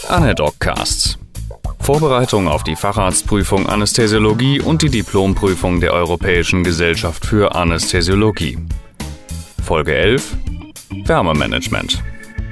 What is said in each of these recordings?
ANEDOC-Casts. Vorbereitung auf die Facharztprüfung Anästhesiologie und die Diplomprüfung der Europäischen Gesellschaft für Anästhesiologie. Folge 11: Wärmemanagement.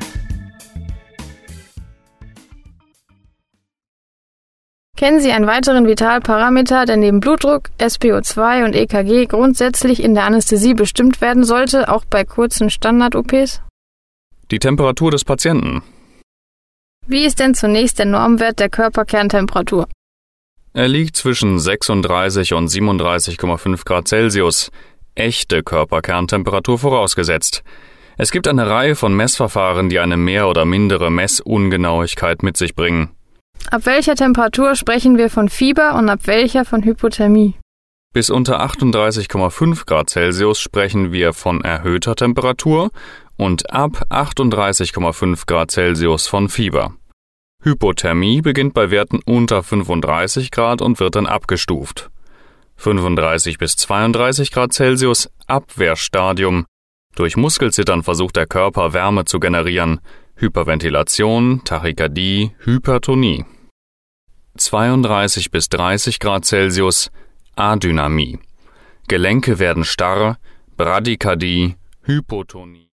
Kennen Sie einen weiteren Vitalparameter, der neben Blutdruck, SpO2 und EKG grundsätzlich in der Anästhesie bestimmt werden sollte, auch bei kurzen Standard-OPs? Die Temperatur des Patienten. Wie ist denn zunächst der Normwert der Körperkerntemperatur? Er liegt zwischen 36 und 37,5 Grad Celsius. Echte Körperkerntemperatur vorausgesetzt. Es gibt eine Reihe von Messverfahren, die eine mehr oder mindere Messungenauigkeit mit sich bringen. Ab welcher Temperatur sprechen wir von Fieber und ab welcher von Hypothermie? Bis unter 38,5 Grad Celsius sprechen wir von erhöhter Temperatur und ab 38,5 Grad Celsius von Fieber. Hypothermie beginnt bei Werten unter 35 Grad und wird dann abgestuft. 35 bis 32 Grad Celsius Abwehrstadium. Durch Muskelzittern versucht der Körper, Wärme zu generieren. Hyperventilation, Tachykardie, Hypertonie. 32 bis 30 Grad Celsius Adynamie. Gelenke werden starr, Bradykardie, Hypotonie.